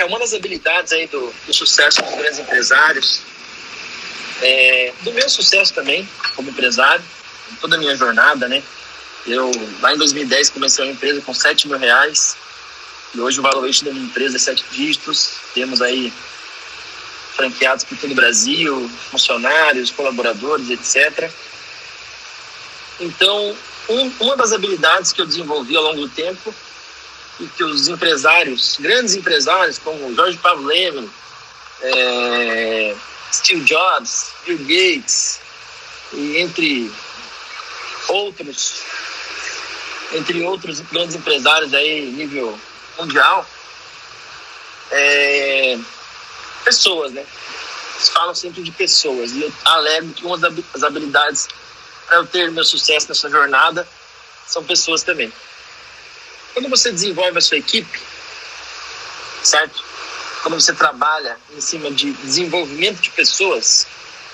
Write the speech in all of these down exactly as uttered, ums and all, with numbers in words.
É, uma das habilidades aí do, do sucesso dos grandes empresários, é, do meu sucesso também, como empresário, toda a minha jornada, né? Eu, lá em dois mil e dez, comecei uma empresa com sete mil reais, e hoje o valuation da minha empresa é sete dígitos. Temos aí franqueados por todo o Brasil, funcionários, colaboradores, etcétera. Então, um, uma das habilidades que eu desenvolvi ao longo do tempo e que os empresários, grandes empresários como Jorge Pavlemi, é, Steve Jobs, Bill Gates, e entre outros, entre outros grandes empresários aí nível mundial, é, pessoas, né? Eles falam sempre de pessoas, e eu alego que uma das habilidades para eu ter meu sucesso nessa jornada são pessoas também. Quando você desenvolve a sua equipe, certo? Quando você trabalha em cima de desenvolvimento de pessoas,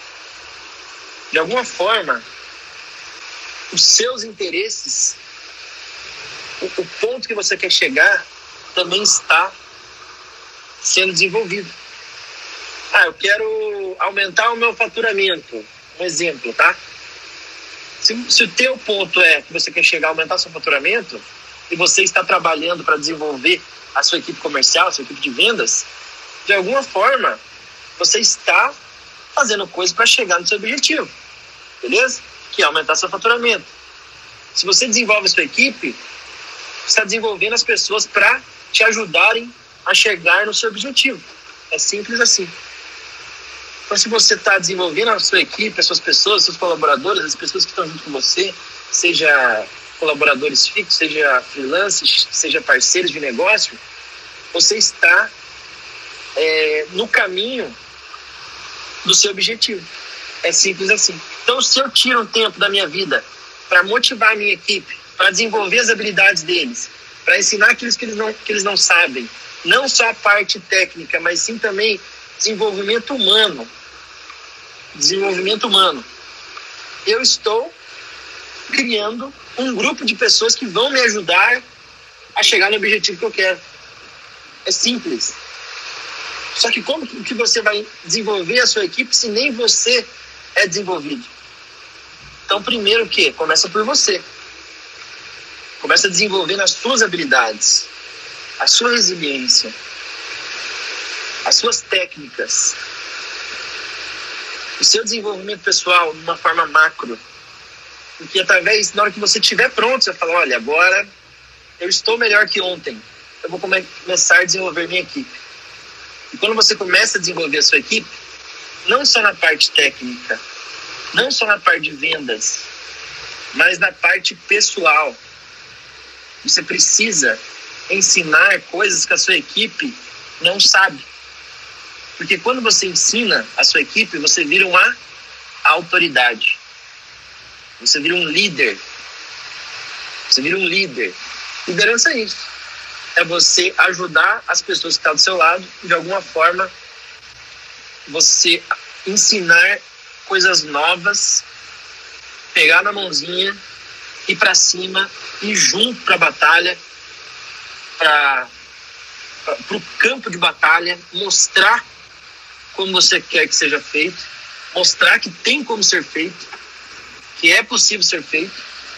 de alguma forma, os seus interesses, o, o ponto que você quer chegar, também está sendo desenvolvido. Ah, eu quero aumentar o meu faturamento. Um exemplo, tá? Se, se o teu ponto é que você quer chegar a aumentar seu faturamento e você está trabalhando para desenvolver a sua equipe comercial, a sua equipe de vendas, de alguma forma, você está fazendo coisa para chegar no seu objetivo, beleza? Que é aumentar seu faturamento. Se você desenvolve a sua equipe, você está desenvolvendo as pessoas para te ajudarem a chegar no seu objetivo. É simples assim. Então, se você está desenvolvendo a sua equipe, as suas pessoas, seus colaboradores, as pessoas que estão junto com você, seja colaboradores fixos, seja freelancers, seja parceiros de negócio, você está é, no caminho do seu objetivo. É simples assim. Então, se eu tiro um tempo da minha vida para motivar a minha equipe, para desenvolver as habilidades deles, para ensinar aquilo que eles não, que eles não sabem, não só a parte técnica, mas sim também desenvolvimento humano, desenvolvimento humano, eu estou criando um grupo de pessoas que vão me ajudar a chegar no objetivo que eu quero. É simples. Só que como que você vai desenvolver a sua equipe se nem você é desenvolvido? Então, primeiro o quê? Começa por você. Começa a desenvolver as suas habilidades, a sua resiliência, as suas técnicas, o seu desenvolvimento pessoal de uma forma macro. Porque através, na hora que você estiver pronto, você fala, olha, agora eu estou melhor que ontem. Eu vou come- começar a desenvolver minha equipe. E quando você começa a desenvolver a sua equipe, não só na parte técnica, não só na parte de vendas, mas na parte pessoal. Você precisa ensinar coisas que a sua equipe não sabe. Porque quando você ensina a sua equipe, você vira uma autoridade. Você vira um líder. Você vira um líder. Liderança é isso. É você ajudar as pessoas que estão do seu lado, de alguma forma, você ensinar coisas novas, pegar na mãozinha, ir para cima, ir junto para a batalha, para o campo de batalha, mostrar como você quer que seja feito, mostrar que tem como ser feito, que é possível ser feito,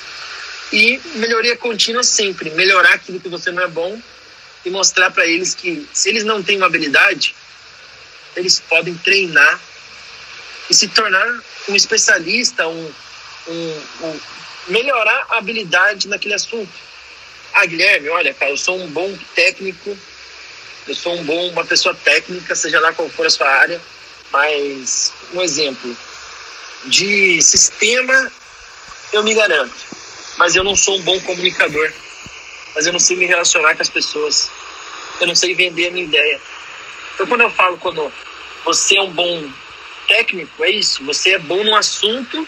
e melhoria contínua sempre, melhorar aquilo que você não é bom e mostrar para eles que se eles não têm uma habilidade, eles podem treinar e se tornar um especialista, um, um, um, melhorar a habilidade naquele assunto. Ah, Guilherme, olha, cara, eu sou um bom técnico, eu sou um bom, uma pessoa técnica, seja lá qual for a sua área, mas um exemplo de sistema eu me garanto, mas eu não sou um bom comunicador, mas eu não sei me relacionar com as pessoas, eu não sei vender a minha ideia. Então, quando eu falo, quando você é um bom técnico, é isso, você é bom no assunto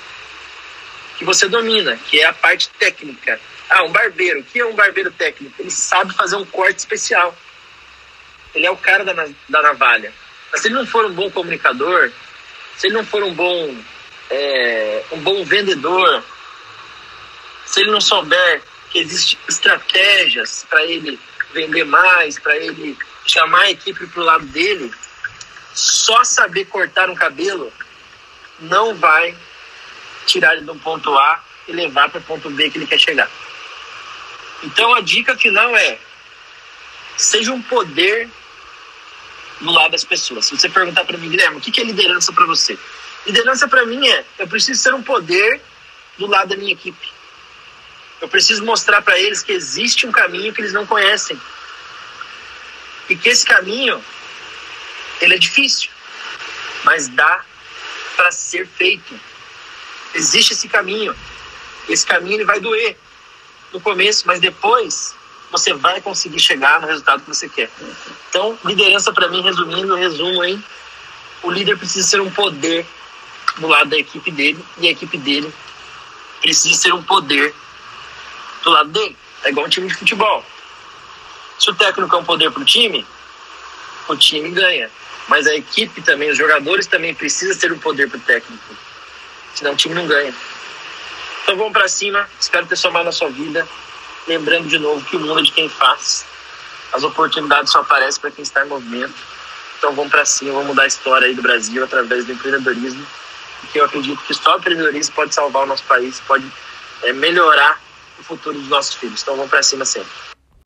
que você domina, que é a parte técnica. Ah, um barbeiro, o que é um barbeiro técnico? Ele sabe fazer um corte especial. Ele é o cara da, da navalha. Mas se ele não for um bom comunicador, se ele não for um bom, é, um bom vendedor, se ele não souber que existem estratégias para ele vender mais, para ele chamar a equipe para o lado dele, só saber cortar um cabelo não vai tirar ele do ponto A e levar para o ponto B que ele quer chegar. Então a dica final é: seja um poder no lado das pessoas. Se você perguntar para mim, Guilherme, o que é liderança para você? Liderança para mim é: eu preciso ser um poder do lado da minha equipe. Eu preciso mostrar para eles que existe um caminho que eles não conhecem. E que esse caminho, ele é difícil, mas dá para ser feito. Existe esse caminho. Esse caminho ele vai doer no começo, mas depois você vai conseguir chegar no resultado que você quer. Então, liderança para mim, resumindo, resumo, hein? O líder precisa ser um poder do lado da equipe dele, e a equipe dele precisa ser um poder do lado dele. É igual um time de futebol. Se o técnico é um poder para o time, o time ganha. Mas a equipe também, os jogadores também precisam ser um poder para o técnico. Senão o time não ganha. Então vamos para cima. Espero ter somado na sua vida. Lembrando de novo que o mundo é de quem faz. As oportunidades só aparecem para quem está em movimento. Então vamos para cima, vamos mudar a história aí do Brasil através do empreendedorismo. Porque eu acredito que só o empreendedorismo pode salvar o nosso país, pode é, melhorar o futuro dos nossos filhos. Então vamos para cima sempre.